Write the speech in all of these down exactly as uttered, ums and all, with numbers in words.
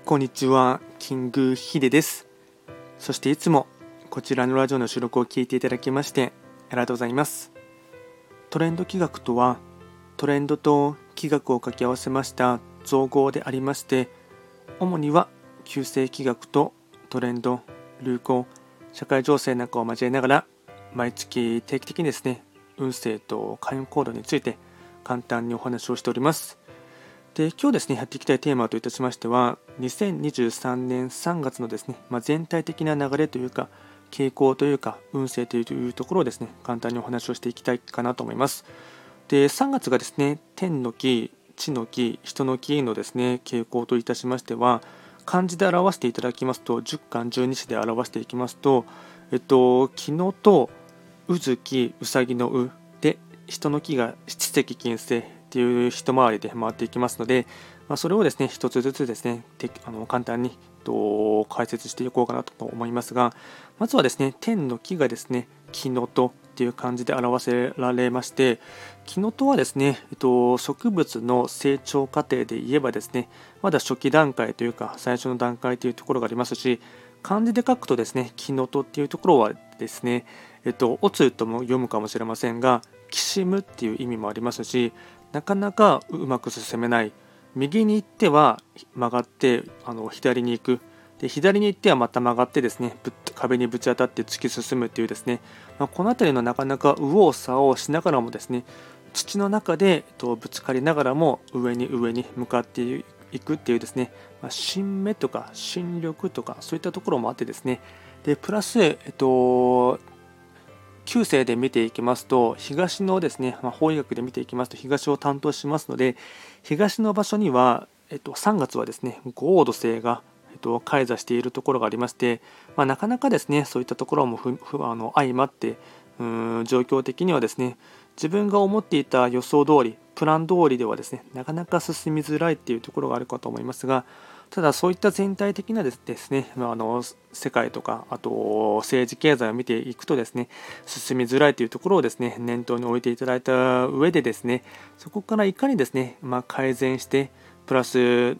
こんにちは、キングヒデです。そしていつもこちらのラジオの収録を聞いていただきましてありがとうございます。トレンド企画とは、トレンドと企画を掛け合わせました造語でありまして、主には旧世企画とトレンド、流行、社会情勢なんかを交えながら、毎月定期的にですね、運勢と開運行動について簡単にお話をしております。で今日ですね、やっていきたいテーマといたしましては、にせんにじゅうさんねんさんがつのですね、まあ、全体的な流れというか、傾向というか、運勢というところをですね、簡単にお話をしていきたいかなと思います。で、さんがつがですね、天の木、地の木、人の木のですね、傾向といたしましては、漢字で表していただきますと、じゅっかんじゅうにちで表していきますと、えっと、木のと、うずき、うさぎのうで、人の木が七石金星っていう一回りで回っていきますので、まあ、それをですね一つずつですねあの簡単にと解説していこうかなと思いますが、まずはですね、天の木がですね木のとっていう感じで表せられまして、木のとはですね、えっと、植物の成長過程で言えばですね、まだ初期段階というか最初の段階というところがありますし、漢字で書くとですね、木のとっていうところはですね、えっと、おつとも読むかもしれませんが、きしむっていう意味もありますし、なかなかうまく進めない、右に行っては曲がってあの左に行く、で左に行ってはまた曲がってですね、ぶ壁にぶち当たって突き進むっていうですね、まあ、この辺りのなかなか右往左往しながらもですね、土の中で、えっと、ぶつかりながらも上に上に向かっていくっていうですね、まあ、新芽とか新緑とかそういったところもあってですね、でプラス、えっと旧世で見ていきますと、東のですね、まあ、法医学で見ていきますと東を担当しますので、東の場所には、えっと、さんがつはですね、豪土星が、えっと、開座しているところがありまして、まあ、なかなかですね、そういったところもふふあの相まって、うーん状況的にはですね、自分が思っていた予想通り、プラン通りではですね、なかなか進みづらいっていうところがあるかと思いますが、ただそういった全体的なですね、まあ、あの世界とか、あと政治経済を見ていくとですね、進みづらいというところをですね、念頭に置いていただいた上でですね、そこからいかにですね、まあ、改善して、プラス、うん、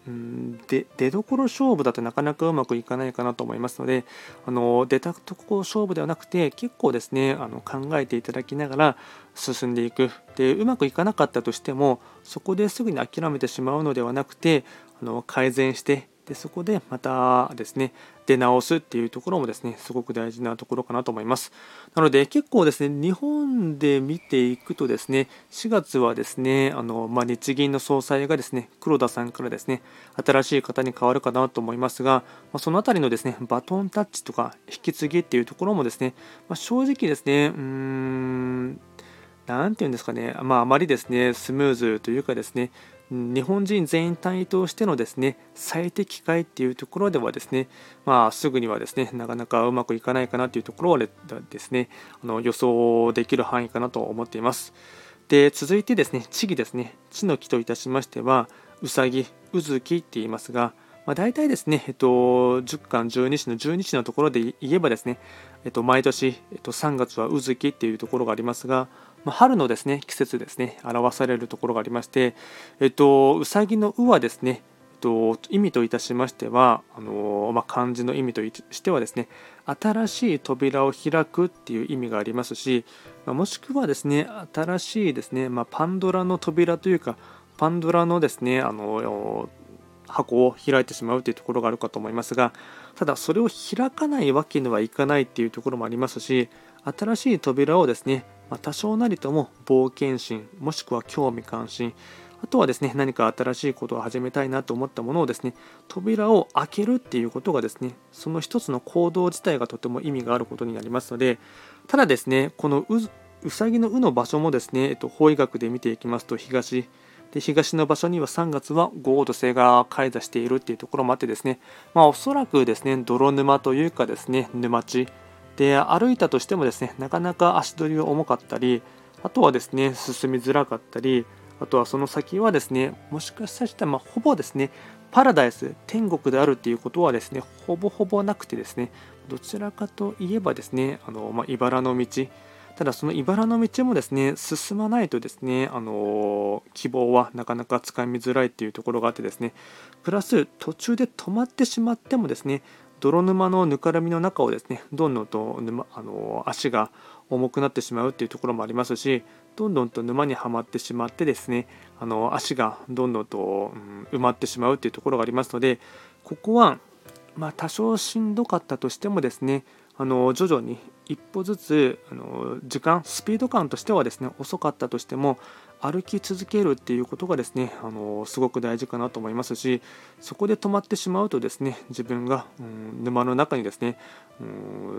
で出どころ勝負だとなかなかうまくいかないかなと思いますので、あの出たところ勝負ではなくて、結構ですね、あの考えていただきながら進んでいく。で、うまくいかなかったとしても、そこですぐに諦めてしまうのではなくて、あの改善して、でそこでまたですね、出直すっていうところもですね、すごく大事なところかなと思います。なので結構ですね、日本で見ていくとですね、しがつはですね、あのまあ、日銀の総裁がですね、黒田さんからですね、新しい方に変わるかなと思いますが、まあ、そのあたりのですね、バトンタッチとか引き継ぎっていうところもですね、まあ、正直ですね、うーんなんていうんですかね、まあ、あまりですね、スムーズというかですね、日本人全体としてのですね、最適解っていうところではですね、まあ、すぐにはですね、なかなかうまくいかないかなというところはですね、あの予想できる範囲かなと思っています。で、続いてですね、地義ですね、地の木といたしましては、うさぎ、うずきって言いますが、まあ、大体ですね、えっと、じゅっかんじゅうにちのじゅうにちのところで言えばですね、えっと、毎年、えっと、さんがつはうずきっていうところがありますが、まあ、春のですね季節ですね表されるところがありまして、えっと、うさぎのうはですね、えっと、意味といたしましてはあの、まあ、漢字の意味としてはですね、新しい扉を開くっていう意味がありますし、まあ、もしくはですね新しいですね、まあ、パンドラの扉というかパンドラのですねあの箱を開いてしまうというところがあるかと思いますが、ただそれを開かないわけにはいかないっていうところもありますし、新しい扉をですね、まあ、多少なりとも冒険心もしくは興味関心、あとはですね何か新しいことを始めたいなと思ったものをですね、扉を開けるっていうことがですね、その一つの行動自体がとても意味があることになりますので、ただですねこのううさぎのうの場所もですね、えっと、法医学で見ていきますと東で東の場所にはさんがつは豪土星が開座しているっていうところもあってですね、まあ、おそらくですね泥沼というかですね沼地で歩いたとしてもですね、なかなか足取りが重かったり、あとはですね進みづらかったり、あとはその先はですね、もしかしたらまあほぼですねパラダイス天国であるっていうことはですねほぼほぼなくてですね、どちらかといえばですねあの、まあ、茨の道、 ただその茨の道もですね進まないとですね、あの希望はなかなかつかみづらいっていうところがあってですね、プラス途中で止まってしまってもですね、泥沼のぬかるみの中をですねどんどんと沼、あの足が重くなってしまうっていうところもありますし、どんどんと沼にはまってしまってですね、あの足がどんどんと、うん、埋まってしまうっていうところがありますので、ここはまあ多少しんどかったとしてもですね、あの徐々に一歩ずつあの時間スピード感としてはですね遅かったとしても歩き続けるっていうことがですねあのすごく大事かなと思いますし、そこで止まってしまうとですね自分が、うん、沼の中にですね、うん、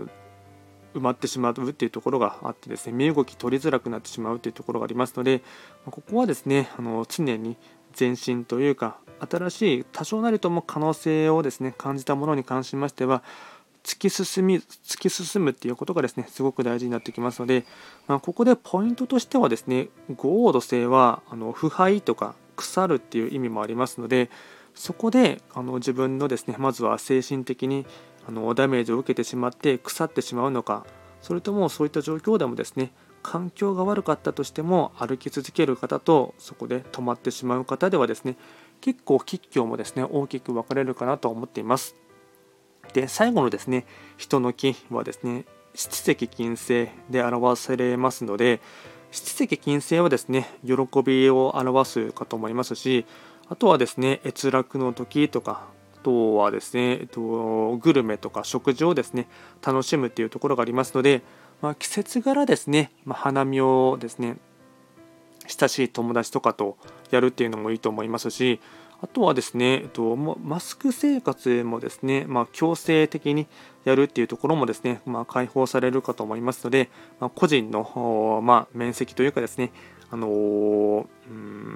埋まってしまうっていうところがあってですね、身動き取りづらくなってしまうというところがありますので、ここはですねあの常に前進というか、新しい多少なりとも可能性をですね感じたものに関しましては突き進み突き進むっていうことがですねすごく大事になってきますので、まあ、ここでポイントとしてはですね、豪土性はあの腐敗とか腐るっていう意味もありますので、そこであの自分のですねまずは精神的にあのダメージを受けてしまって腐ってしまうのか、それともそういった状況でもですね環境が悪かったとしても歩き続ける方とそこで止まってしまう方ではですね結構吉凶もですね大きく分かれるかなと思っています。で最後のですね人の木はですね七石金星で表されますので、七石金星はですね喜びを表すかと思いますし、あとはですね閲楽の時とか、あとはですね、えっと、グルメとか食事をですね楽しむっていうところがありますので、まあ、季節柄ですね、まあ、花見をですね親しい友達とかとやるっていうのもいいと思いますし、あとはですね、えっと、マスク生活もですね、まあ、強制的にやるっていうところもですね、まあ、解放されるかと思いますので、まあ、個人の、まあ、面積というかですね、あのーうん、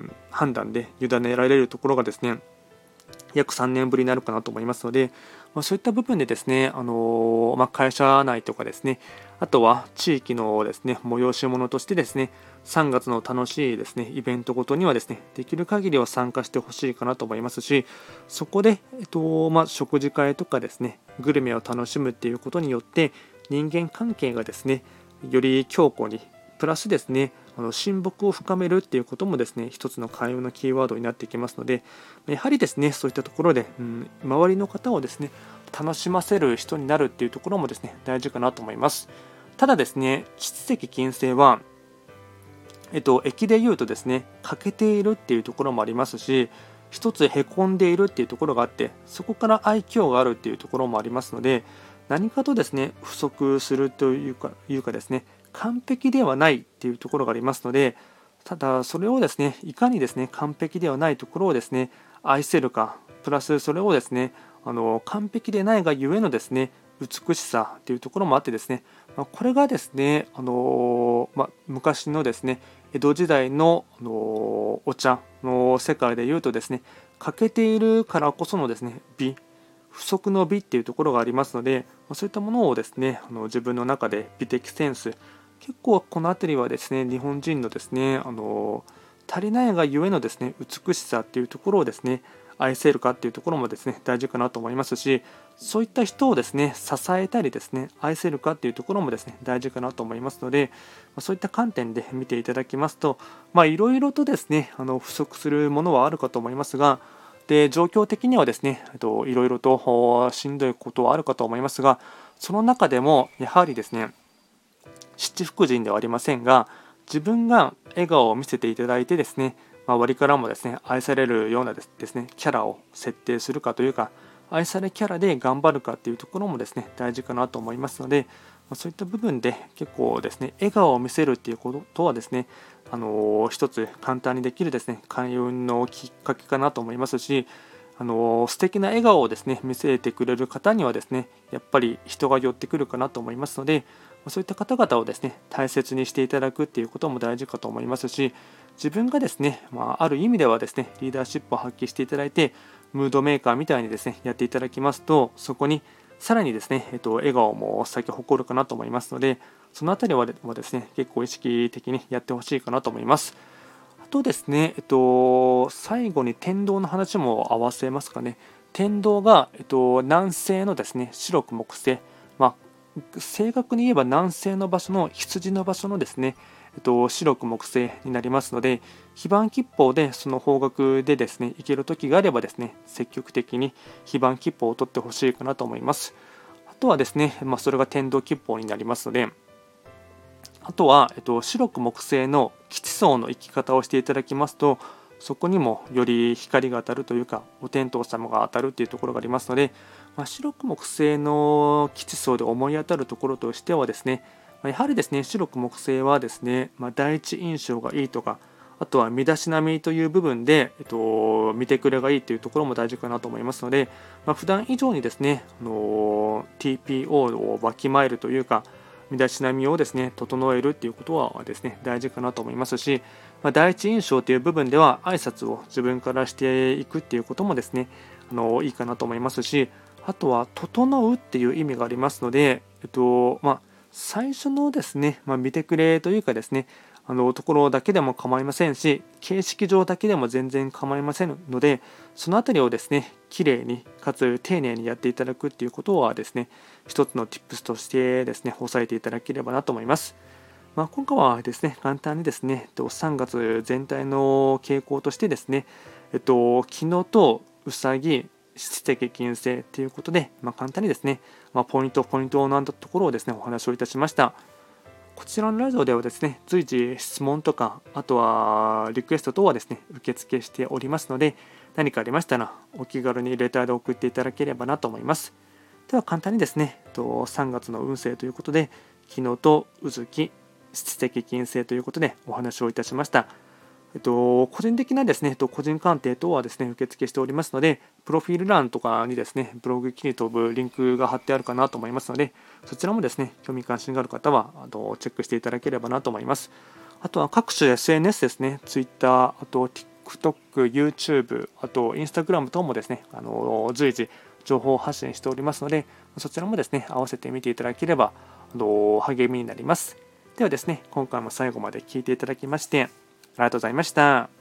判断で委ねられるところがですね、約さんねんぶりになるかなと思いますので、まあ、そういった部分でですね、あのーまあ、会社内とかですね、あとは地域のですね催し物としてですね、さんがつの楽しいですねイベントごとにはですねできる限りは参加してほしいかなと思いますし、そこで、えっとまあ、食事会とかですねグルメを楽しむっていうことによって人間関係がですねより強固に、プラスですねあの親睦を深めるっていうこともですね一つの会話のキーワードになってきますので、やはりですねそういったところで、うん、周りの方をですね楽しませる人になるっていうところもですね大事かなと思います。ただですね七石金星はえっと、駅で言うとですね欠けているっていうところもありますし、一つへこんでいるっていうところがあって、そこから愛嬌があるっていうところもありますので、何かとですね不足するというかいうかですね完璧ではないっていうところがありますので、ただそれをですねいかにですね完璧ではないところをですね愛せるか、プラスそれをですねあの完璧でないがゆえのですね美しさっていうところもあってですね、まあ、これがですね、あのまあ、昔のですね江戸時代の、あのお茶の世界でいうとですね欠けているからこそのですね美、不足の美っていうところがありますので、まあ、そういったものをですねあの自分の中で美的センス、結構この辺りはですね日本人のですねあの足りないがゆえのですね美しさっていうところをですね愛せるかっていうところもですね大事かなと思いますし、そういった人をですね支えたりですね愛せるかっていうところもですね大事かなと思いますので、そういった観点で見ていただきますと、まあいろいろとですねあの不足するものはあるかと思いますが、で状況的にはですねいろいろとしんどいことはあるかと思いますが、その中でもやはりですね七福神ではありませんが、自分が笑顔を見せていただいてですね、周りからもですね愛されるようなですねキャラを設定するかというか、愛されキャラで頑張るかっていうところもですね大事かなと思いますので、そういった部分で結構ですね笑顔を見せるっていうことはですね、あのー、一つ簡単にできるですね開運のきっかけかなと思いますし、あのー、素敵な笑顔をですね見せてくれる方にはですねやっぱり人が寄ってくるかなと思いますので、そういった方々をですね大切にしていただくっていうことも大事かと思いますし、自分がですね、まあ、ある意味ではですねリーダーシップを発揮していただいてムードメーカーみたいにですねやっていただきますと、そこにさらにですね、えっと、笑顔も先誇るかなと思いますので、そのあたりはですね結構意識的にやってほしいかなと思います。あとですね、えっと、最後に天道の話も合わせますかね。天道が、えっと、南西のですね白く木星、まあ正確に言えば南西の場所の羊の場所のですね、えっと、白く木星になりますので、非番吉報でその方角でですね行ける時があればですね、積極的に非番吉報を取ってほしいかなと思います。あとはですね、まあ、それが天道吉報になりますので、あとは、えっと、白く木星の基地層の生き方をしていただきますと、そこにもより光が当たるというか、お天道様が当たるというところがありますので、まあ、白く木星の基地層で思い当たるところとしてはですね、やはりですね、白く木星はですね、まあ、第一印象がいいとか、あとは身だしなみという部分で、えっと、見てくれがいいというところも大事かなと思いますので、まあ、普段以上にですね、あの ティーピーオー をわきまえるというか、身だしなみをですね整えるっていうことはですね大事かなと思いますし、まあ、第一印象という部分では挨拶を自分からしていくっていうこともですねあのいいかなと思いますし、あとは整うっていう意味がありますので、えっとまあ、最初のですね、まあ、見てくれというかですねあのところだけでも構いませんし、形式上だけでも全然構いませんので、そのあたりをですねきれいにかつ丁寧にやっていただくっていうことはですね一つの Tips としてですね押さえていただければなと思います。まあ、今回はですね簡単にですねさんがつ全体の傾向としてですね、えっと、キノとウサギ、七石金星ということで、まあ、簡単にですね、まあ、ポイントポイントのところをですねお話をいたしました。こちらのラジオではですね、随時質問とか、あとはリクエスト等はですね、受付しておりますので、何かありましたらお気軽にレターで送っていただければなと思います。では簡単にですね、さんがつの運勢ということで、昨日とうずき、七石金星ということでお話をいたしました。えっと、個人的なですね、個人鑑定等はですね、受付しておりますので、プロフィール欄とかにですね、ブログ記に飛ぶリンクが貼ってあるかなと思いますので、そちらもですね、興味関心がある方はあのチェックしていただければなと思います。あとは各種 エスエヌエス ですね、Twitter、あと TikTok、YouTube、あと Instagram 等もですね、あの随時情報発信しておりますので、そちらもですね、合わせて見ていただければあの励みになります。ではですね、今回も最後まで聞いていただきまして、ありがとうございました。